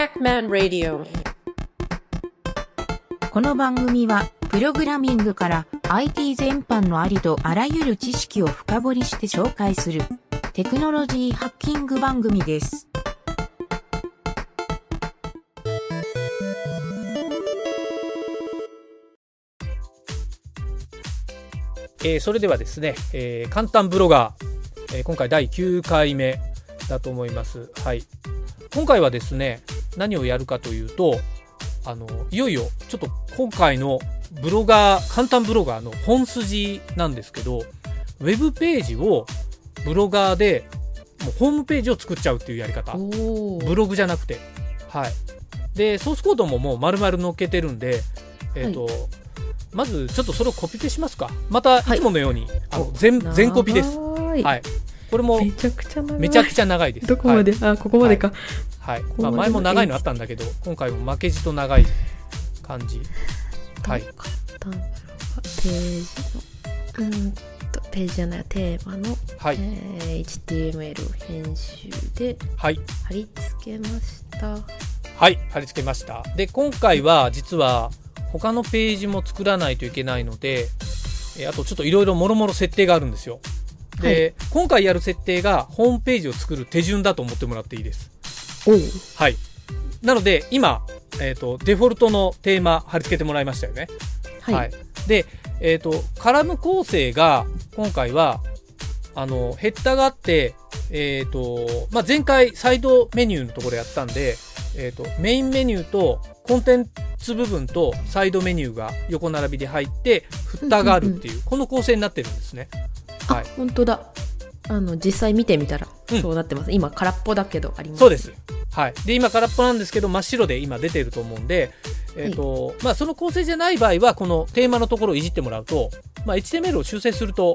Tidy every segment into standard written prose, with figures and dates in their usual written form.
Hackman Radio。 この番組はプログラミングから IT 全般のありとあらゆる知識を深掘りして紹介するテクノロジーハッキング番組です。 それではですね、簡単ブロガー、今回第9回目だと思います。はい。今回はですね、何をやるかというと、いよいよちょっと今回のブロガー、簡単ブロガーの本筋なんですけど、ウェブページをブロガーでもうホームページを作っちゃうっていうやり方。ブログじゃなくて。はい。で、ソースコードももう丸々載っけてるんで、まずちょっとそれをコピペしますか。またいつものように、全コピです。はい。これもめちゃくちゃ長いです。 どこまで、ここまでか。 はい。まあ、前も長いのあったんだけど、今回も負けじと長い感じ。はい。 ページじゃない、テーマの、 はい、 HTML 編集で貼り付けました。 はい、貼り付けました。で、今回は実は他のページも作らないといけないので、あとちょっといろいろもろもろ設定があるんですよ。で、今回やる設定がホームページを作る手順だと思ってもらっていいです。はい。なので今、デフォルトのテーマ貼り付けてもらいましたよね。はい。で、カラム構成が今回はヘッダーがあって、前回サイドメニューのところやったんで、メインメニューとコンテンツ部分とサイドメニューが横並びで入ってフッターがあるっていう、この構成になってるんですね。はい。 本当だ。実際見てみたらそうなってます。今空っぽだけどあります。 そうです。はい。で、今空っぽなんですけど真っ白で今出てると思うんで、その構成じゃない場合はこのテーマのところをいじってもらうと、HTML を修正すると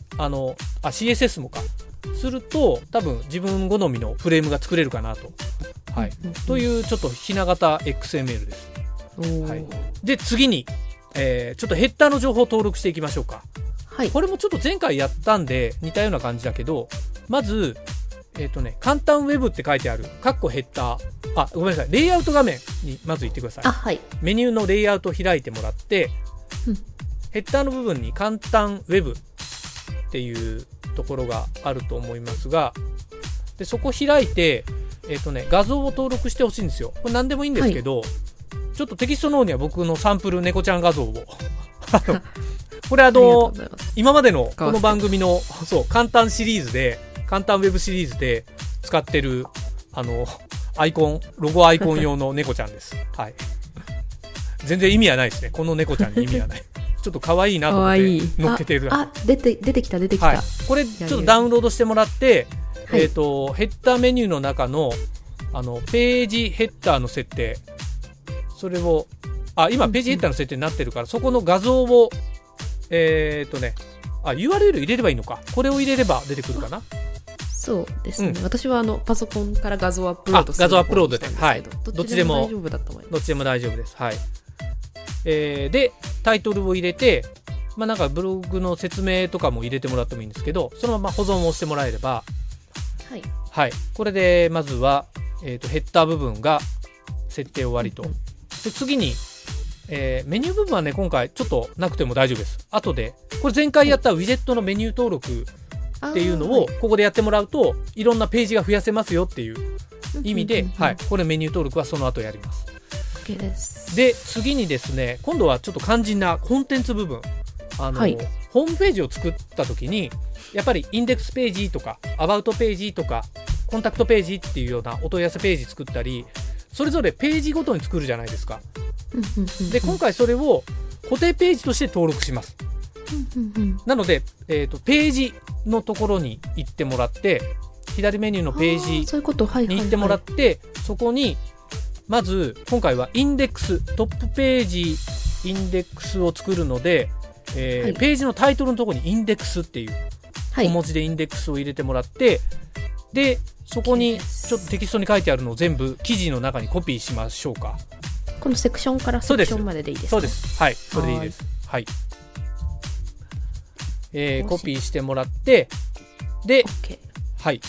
CSS もかすると多分自分好みのフレームが作れるかなと。はい。というちょっとひな型 XML です。はい。で、次に、ちょっとヘッダーの情報を登録していきましょうか。はい。これもちょっと前回やったんで似たような感じだけど、まず、簡単ウェブって書いてある、カッコヘッダー。ごめんなさい。レイアウト画面にまず行ってください。 はい。 メニューのレイアウトを開いてもらって、ヘッダーの部分に簡単ウェブっていうところがあると思いますが、で、そこ開いて、画像を登録してほしいんですよ。これ何でもいいんですけど、ちょっとテキストの方には僕のサンプル猫ちゃん画像を。これ今までのこの番組の、簡単シリーズで、簡単ウェブシリーズで使ってる、ロゴアイコン用の猫ちゃんです。はい。全然意味はないですね。この猫ちゃんに意味はない。ちょっと可愛いなと思って乗っけてる。 出てきた。 はい。これちょっとダウンロードしてもらって、ヘッダーメニューの中の、ページヘッダーの設定。それを、今ページヘッダーの設定になってるから、そこの画像を、URL 入れればいいのか。これを入れれば出てくるかな。 そうですね。私はパソコンから画像アップロードする。画像アップロードで。 はい。どっちでも大丈夫だと思います。どっちでも大丈夫です。はい。で、タイトルを入れて、なんかブログの説明とかも入れてもらってもいいんですけど、そのまま保存をしてもらえれば、はい。はい。これで、まずは、ヘッダー部分が設定終わりと。で、次に、メニュー部分はね、今回ちょっとなくても大丈夫です。後で、これ前回やったウィジェットのメニュー登録っていうのをここでやってもらうと、いろんなページが増やせますよっていう意味で、はい。これメニュー登録はその後やります。 OK です。 で、次にですね、今度はちょっと肝心なコンテンツ部分。ホームページを作った時に、やっぱりインデックスページとか、アバウトページとか、コンタクトページっていうようなお問い合わせページ作ったり、それぞれページごとに作るじゃないですか。で、今回それを固定ページとして登録します。なので、ページのところに行ってもらって、左メニューのページに行ってもらって、そこに、まず、今回はインデックス、トップページ、インデックスを作るので、ページのタイトルのところにインデックスっていう、小文字でインデックスを入れてもらって、で、そこにちょっとテキストに書いてあるのを全部記事の中にコピーしましょうか。 このセクションからセクションまででいいですか？ そうです。はい。それでいいです。はい。コピーしてもらって、で、はい。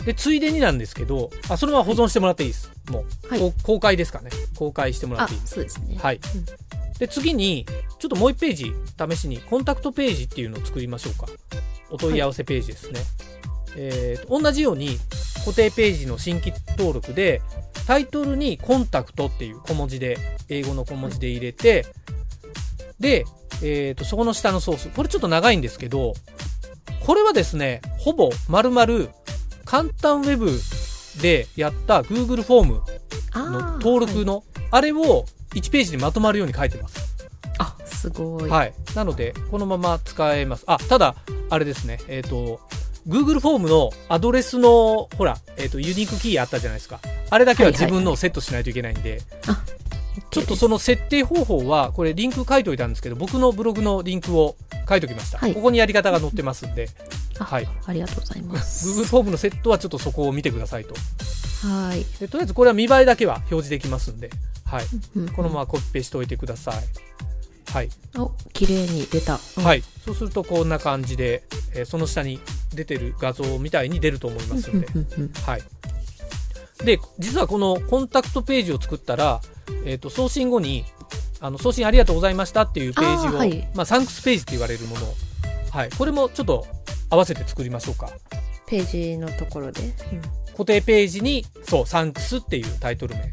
でついでになんですけど、そのまま保存してもらっていいです。もう、はい、公開ですかね。公開してもらっていいです。 そうですね。 はい。で次にちょっともう1ページ試しにコンタクトページっていうのを作りましょうか。お問い合わせページですね。同じように固定ページの新規登録でタイトルにコンタクトっていう小文字で英語の小文字で入れて、で、そこの下のソース、これちょっと長いんですけど、これはですねほぼ丸々簡単ウェブでやった Google フォームの登録のあれを1ページにまとまるように書いてます。 すごい。 はい。なのでこのまま使えます。ただあれですね、Google フォームのアドレスのほら、ユニークキーあったじゃないですか。あれだけは自分のをセットしないといけないんで、ちょっとその設定方法はこれリンク書いておいたんですけど、僕のブログのリンクを書いておきました。ここにやり方が載ってますんで、 はい。ありがとうございます。 Google フォームのセットはちょっとそこを見てくださいと。 はい。 でとりあえずこれは見栄えだけは表示できますんで、はい。このままコピペしておいてください。はい。 綺麗に出た。 はい。そうするとこんな感じで、その下に出てる画像みたいに出ると思いますんで、はい。で実はこのコンタクトページを作ったら、送信後に送信ありがとうございましたっていうページを、はい、サンクスページって言われるものを、はい、これもちょっと合わせて作りましょうか。 ページのところで、 固定ページにそうサンクスっていうタイトル名、はい。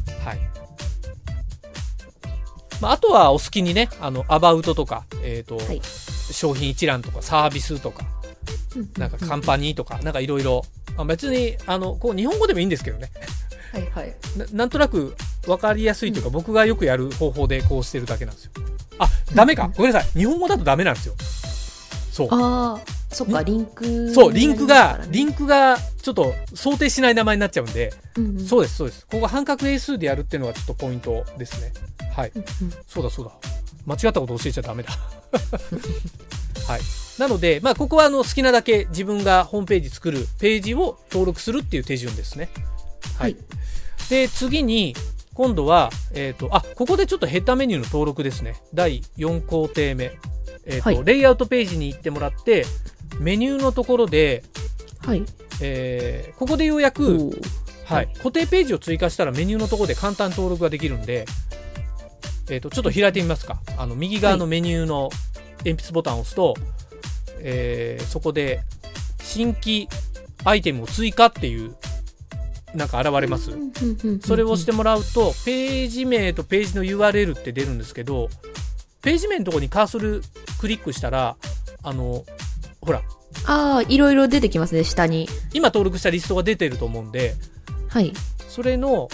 あとはお好きにね、アバウトとか、はい、商品一覧とかサービスとか、なんかカンパニーとか、なんかいろいろ別にこう日本語でもいいんですけどねはいはい、 なんとなく分かりやすいというか、僕がよくやる方法でこうしてるだけなんですよ。ダメか、ごめんなさい、日本語だとダメなんですよ。そう。 そっか、リンク、 そう、リンクがちょっと想定しない名前になっちゃうんで、そうですそうです。ここ半角英数でやるっていうのがちょっとポイントですね。はい。そうだ間違ったこと教えちゃダメだはい。なので、ここは好きなだけ自分がホームページ作るページを登録するっていう手順ですね。はい。で、次に、今度は、ここでちょっとヘッダーメニューの登録ですね。第4工程目。レイアウトページに行ってもらって、メニューのところで、はい。ここでようやく、はい。固定ページを追加したらメニューのところで簡単登録ができるんで、ちょっと開いてみますか。右側のメニューの鉛筆ボタンを押すと、そこで新規アイテムを追加っていうなんか現れます。それを押してもらうとページ名とページの URL って出るんですけど、ページ名のところにカーソルクリックしたらほらいろいろ出てきますね。下に今登録したリストが出てると思うんで、 はい、 それの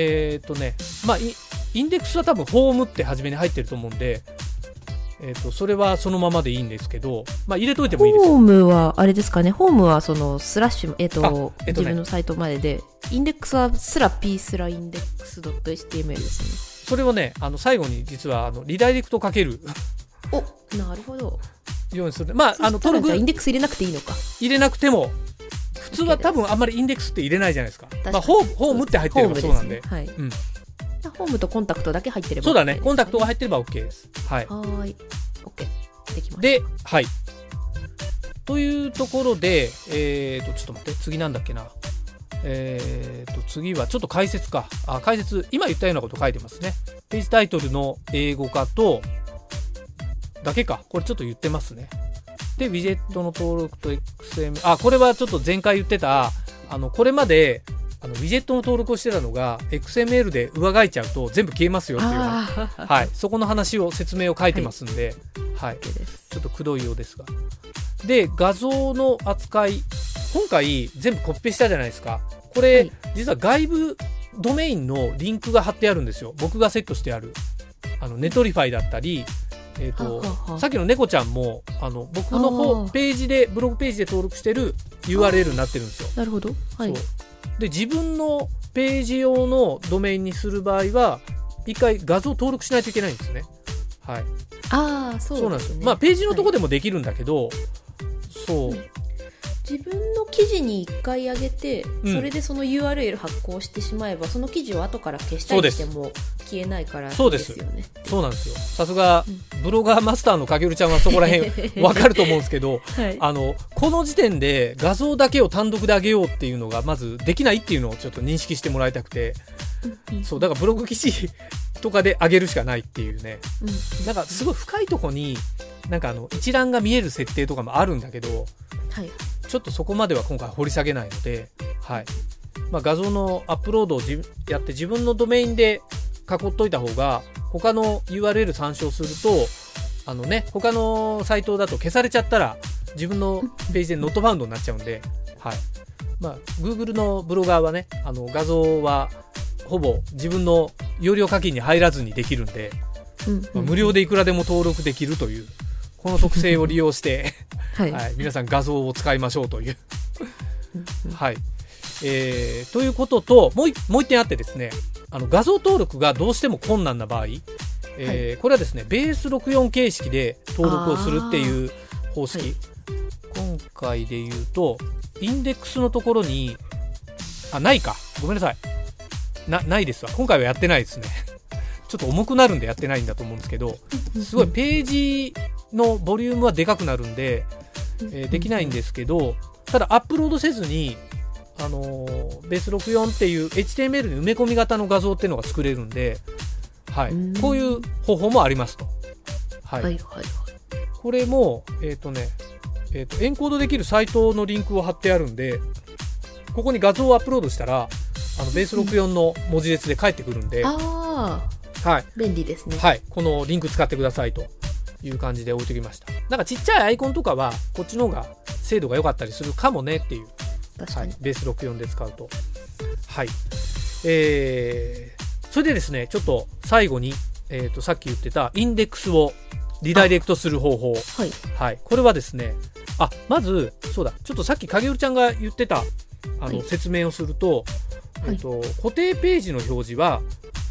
インデックスは多分ホームって初めに入ってると思うんで、それはそのままでいいんですけど、入れといてもいいですよ。 ホームはあれですかね。ホームはそのスラッシュ、自分のサイトまでで、インデックスはスラ p スラインデックス .html ですね。 それをね、最後に実はリダイレクトかけるなるほどようにする。 登録インデックス入れなくていいのか。 入れなくても普通は多分あんまりインデックスって入れないじゃないですか。ホームって入ってればそうなんで、 はい。ホームとコンタクトだけ入ってれば、 そうだね。コンタクトが入ってれば OK です。はい。 OK できました。 で、はい。というところで、ちょっと待って、次なんだっけな。次はちょっと解説か。解説、今言ったようなこと書いてますね。ページタイトルの英語化とだけか。これちょっと言ってますね。で、ウィジェットの登録と XML。これはちょっと前回言ってたこれまでウィジェットの登録をしてたのが XML で上書いちゃうと全部消えますよっていう、はい、そこの話を説明を書いてますんで、はい、ちょっとくどいようですが。で、画像の扱い、今回全部コピペしたじゃないですか。これ、実は外部ドメインのリンクが貼ってあるんですよ。僕がセットしてあるネトリファイだったり、さっきの猫ちゃんも僕のページでブログページで登録してる URL になってるんですよ。 なるほど、はい。 そうで、自分のページ用のドメインにする場合は一回画像登録しないといけないんですね。はい。 そうですね。 そうなんですよ。ページのとこでもできるんだけど、そう。 自分の記事に1回上げて、それでその URL 発行してしまえば、その記事を後から消したりしても消えないからいいですよね。 そうなんですよ。さすがブロガーマスターのかげるちゃんはそこら辺分かると思うんですけど、はい、この時点で画像だけを単独で上げようっていうのがまずできないっていうのをちょっと認識してもらいたくて、そうだからブログ記事とかで上げるしかないっていうね、なんかすごい深いとこになんか一覧が見える設定とかもあるんだけど、はい、ちょっとそこまでは今回掘り下げないので、はい、画像のアップロードをやって自分のドメインで囲っといた方が、他の URL 参照すると他のサイトだと消されちゃったら自分のページでノットファウンドになっちゃうんで、はい、Google のブロガーはね、画像はほぼ自分の有料課金に入らずにできるんで、無料でいくらでも登録できるというこの特性を利用して、はいはい、皆さん画像を使いましょうというはい、ということと、もう一点あってですね、画像登録がどうしても困難な場合、これはですねベース64形式で登録をするっていう方式、はい、今回で言うとインデックスのところにないか、ごめんなさい、ないですわ、今回はやってないですねちょっと重くなるんでやってないんだと思うんですけど、すごいページのボリュームはでかくなるんで、できないんですけど、ただアップロードせずにベース64っていう HTML に埋め込み型の画像っていうのが作れるんで、はい、こういう方法もありますと、はいはいはいはい、これもエンコードできるサイトのリンクを貼ってあるんで、ここに画像をアップロードしたらベース64の文字列で返ってくるんで、はい、 便利ですね、 はい、このリンク使ってくださいという感じで置いておきました。なんかちっちゃいアイコンとかはこっちの方が精度が良かったりするかもねっていう、はい、ベース64で使うと、はい、それでですね、ちょっと最後に、さっき言ってたインデックスをリダイレクトする方法、はいはい、これはですね、まずそうだ、ちょっとさっき影織ちゃんが言ってた説明をすると、固定ページの表示は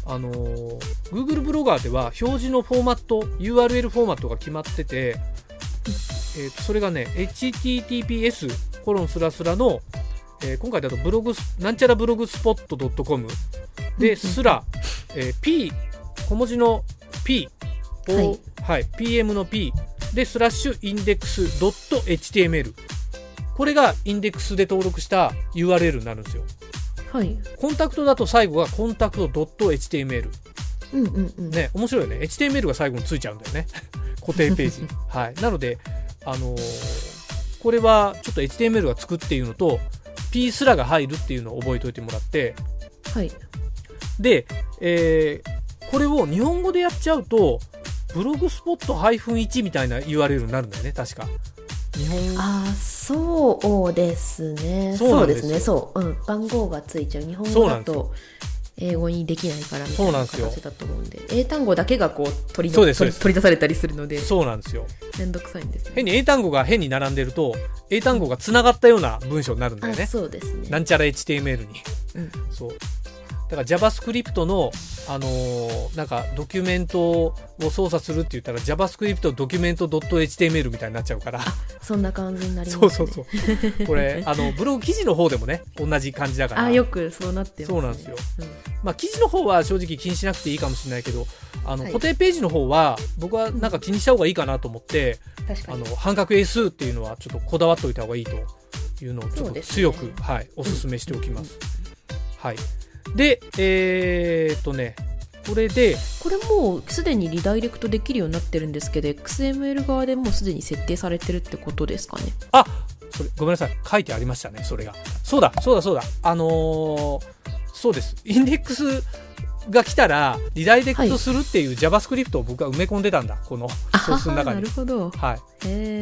Google ブロガーでは表示のフォーマット URL フォーマットが決まってて、それがね https:// の、今回だとなんちゃらブログスポット .com で、すら、P 小文字の P を、はい、PM の P でスラッシュインデックス .html、 これがインデックスで登録した URL になるんですよ。はい、コンタクトだと最後がコンタクト .html、ね、面白いよね。 HTML が最後についちゃうんだよね固定ページはい、なので、これはちょっと HTML がつくっていうのと P すらが入るっていうのを覚えておいてもらって、はい、で、これを日本語でやっちゃうとブログスポット -1 みたいな URL になるんだよね、確か。日本そうですね。そうですね。そう、番号がついちゃう。日本語だと英語にできないからみたいな形だと思うんで、英単語だけがこう取り出されたりするので、 そうなんですよ。 めんどくさいんですよ、ね。 変に英単語が変に並んでると英単語がつながったような文章になるんだよね。 そうですね。 なんちゃら HTML に、そう。だから JavaScript の、なんかドキュメントを操作するって言ったら JavaScript ドキュメント .html みたいになっちゃうから、そんな感じになりますね。 そうこれブログ記事の方でもね同じ感じだから、 よくそうなってますね。 そうなんですよ、記事の方は正直気にしなくていいかもしれないけど、固定ページの方は僕はなんか気にした方がいいかなと思って、半角英数っていうのはちょっとこだわっておいた方がいいというのをちょっと強く、はい、おすすめしておきます、はい。で、これもうすでにリダイレクトできるようになってるんですけど、 XML 側でもうすでに設定されてるってことですかね。 それごめんなさい、書いてありましたね。それがそうだそうです。インデックスが来たらリダイレクトするっていう JavaScript を僕は埋め込んでたんだ、このソースの中に。 なるほど、 はい、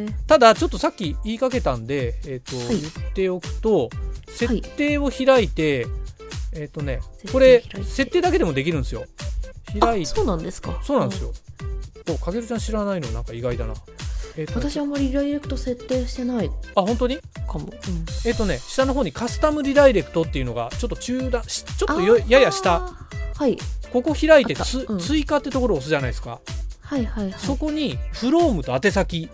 ただちょっとさっき言いかけたんで、言っておくと、設定を開いて、これ設定だけでもできるんですよ。開いて。そうなんですか。そうなんですよ。かげるちゃん知らないのなんか意外だな。 私あんまりリダイレクト設定してない。 本当にかも、下の方にカスタムリダイレクトっていうのがちょっとちょっとやや下、はい、ここ開いて追加ってところを押すじゃないですか。そこにフロームと宛先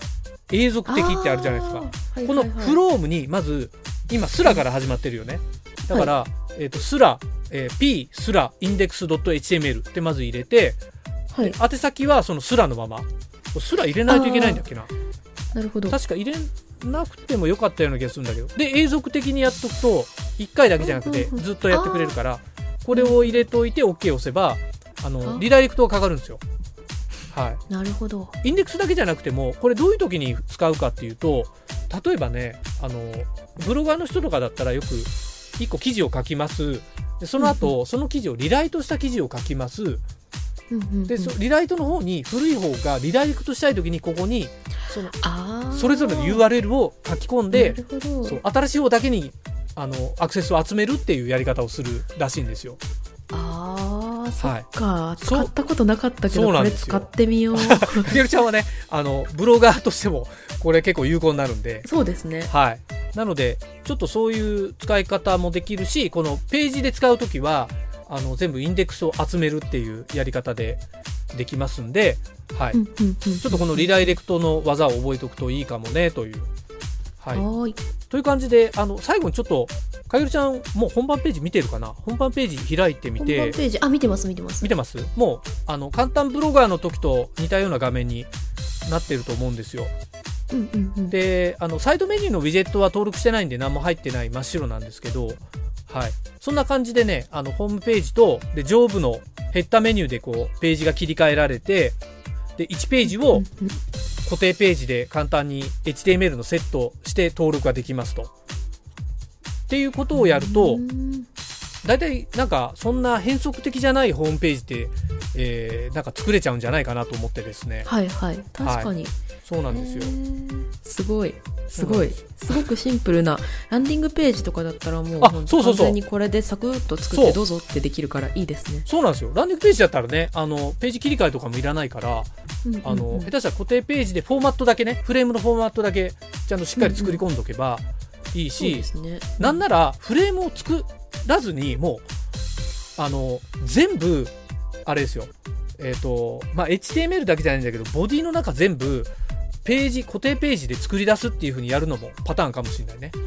永続的ってあるじゃないですか、この Chrome にまず今スラから始まってるよね。だから、スラ、p スラ index.html ってまず入れて、宛先はそのスラのまま。スラ入れないといけないんだっけな。 なるほど。 確か入れなくてもよかったような気がするんだけど、で永続的にやっとくと1回だけじゃなくてずっとやってくれるから、これを入れといて OK を押せばリダイレクトがかかるんですよ。はい、 なるほど。 インデックスだけじゃなくてもこれどういう時に使うかっていうと、例えばねブロガーの人とかだったらよく1個記事を書きます。でその後、その記事をリライトした記事を書きます。でリライトの方に古い方がリダイレクトしたい時にここにそれぞれの URL を書き込んで、そう新しい方だけにアクセスを集めるっていうやり方をするらしいんですよ。 そっか、使ったことなかったけどこれ使ってみよう。 かけるちゃんはねブロガーとしてもこれ結構有効になるんで。 そうですね。 はい、なのでちょっとそういう使い方もできるし、このページで使うときは全部インデックスを集めるっていうやり方でできますんで、はい、ちょっとこのリダイレクトの技を覚えておくといいかもねという。はい、という感じで最後にちょっとかげるちゃんもう本番ページ見てるかな。本番ページ開いてみて。 本番ページ見てます。見てます。 もう簡単ブロガーの時と似たような画面になってると思うんですよ。でサイドメニューのウィジェットは登録してないんで何も入ってない真っ白なんですけど、はい、そんな感じでねホームページとで上部のヘッダーメニューでこうページが切り替えられて、で1ページを固定ページで簡単に HTML のセットして登録ができますと。っていうことをやるとだいたいなんかそんな変則的じゃないホームページって、なんか作れちゃうんじゃないかなと思ってですね。 はいはい、確かに、 そうなんですよ。 すごくシンプルなランディングページとかだったらもう完全にこれでサクッと作ってどうぞってできるからいいですね。 そうなんですよ。ランディングページだったらねページ切り替えとかもいらないから、下手したら固定ページでフォーマットだけね、フレームのフォーマットだけちゃんとしっかり作り込んどけばいいし、なんならフレームを作らずにもう全部あれですよ、HTML だけじゃないんだけどボディの中全部固定ページで作り出すっていう風にやるのもパターンかもしれないね。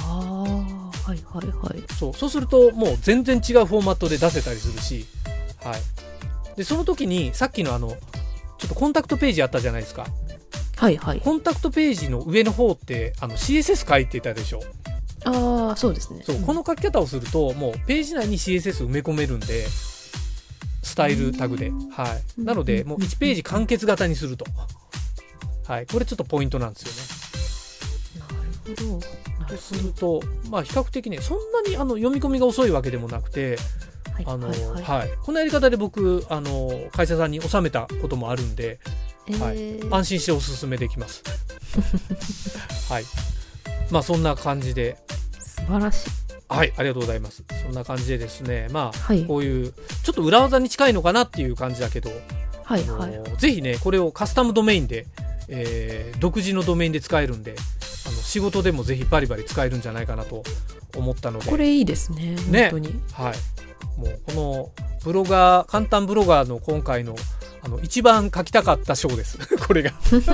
そうするともう全然違うフォーマットで出せたりするし、はい、でその時にさっきのちょっとコンタクトページあったじゃないですか。コンタクトページの上の方ってCSS 書いてたでしょ。 そうですね。 この書き方をするともうページ内に CSS 埋め込めるんで、スタイルタグで、はい、なのでもう1ページ完結型にすると、はい、これちょっとポイントなんですよね。 なるほど。 そうすると比較的ねそんなに読み込みが遅いわけでもなくて、このやり方で僕会社さんに納めたこともあるんで、安心しておすすめできます。はい、そんな感じで素晴らしい。 はい、ありがとうございます。そんな感じでですね、こういうちょっと裏技に近いのかなっていう感じだけど、ぜひねこれをカスタムドメインで、独自のドメインで使えるんで仕事でもぜひバリバリ使えるんじゃないかなと思ったので、 これいいですね本当に。 はい、もうこの簡単ブロガーの今回の一番書きたかった章ですこれが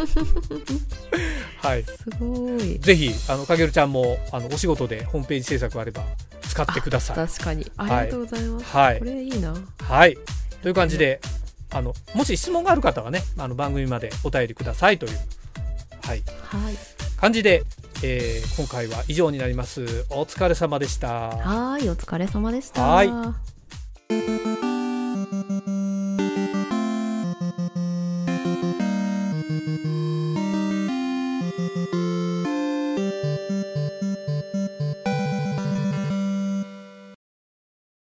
はい、 すごい。 ぜひかげるちゃんもお仕事でホームページ制作あれば使ってください。 確かにありがとうございます、これいいな。 はい、という感じでもし質問がある方はね番組までお便りくださいという、感じで、今回は以上になります。お疲れ様でした。 お疲れ様でした。 はい。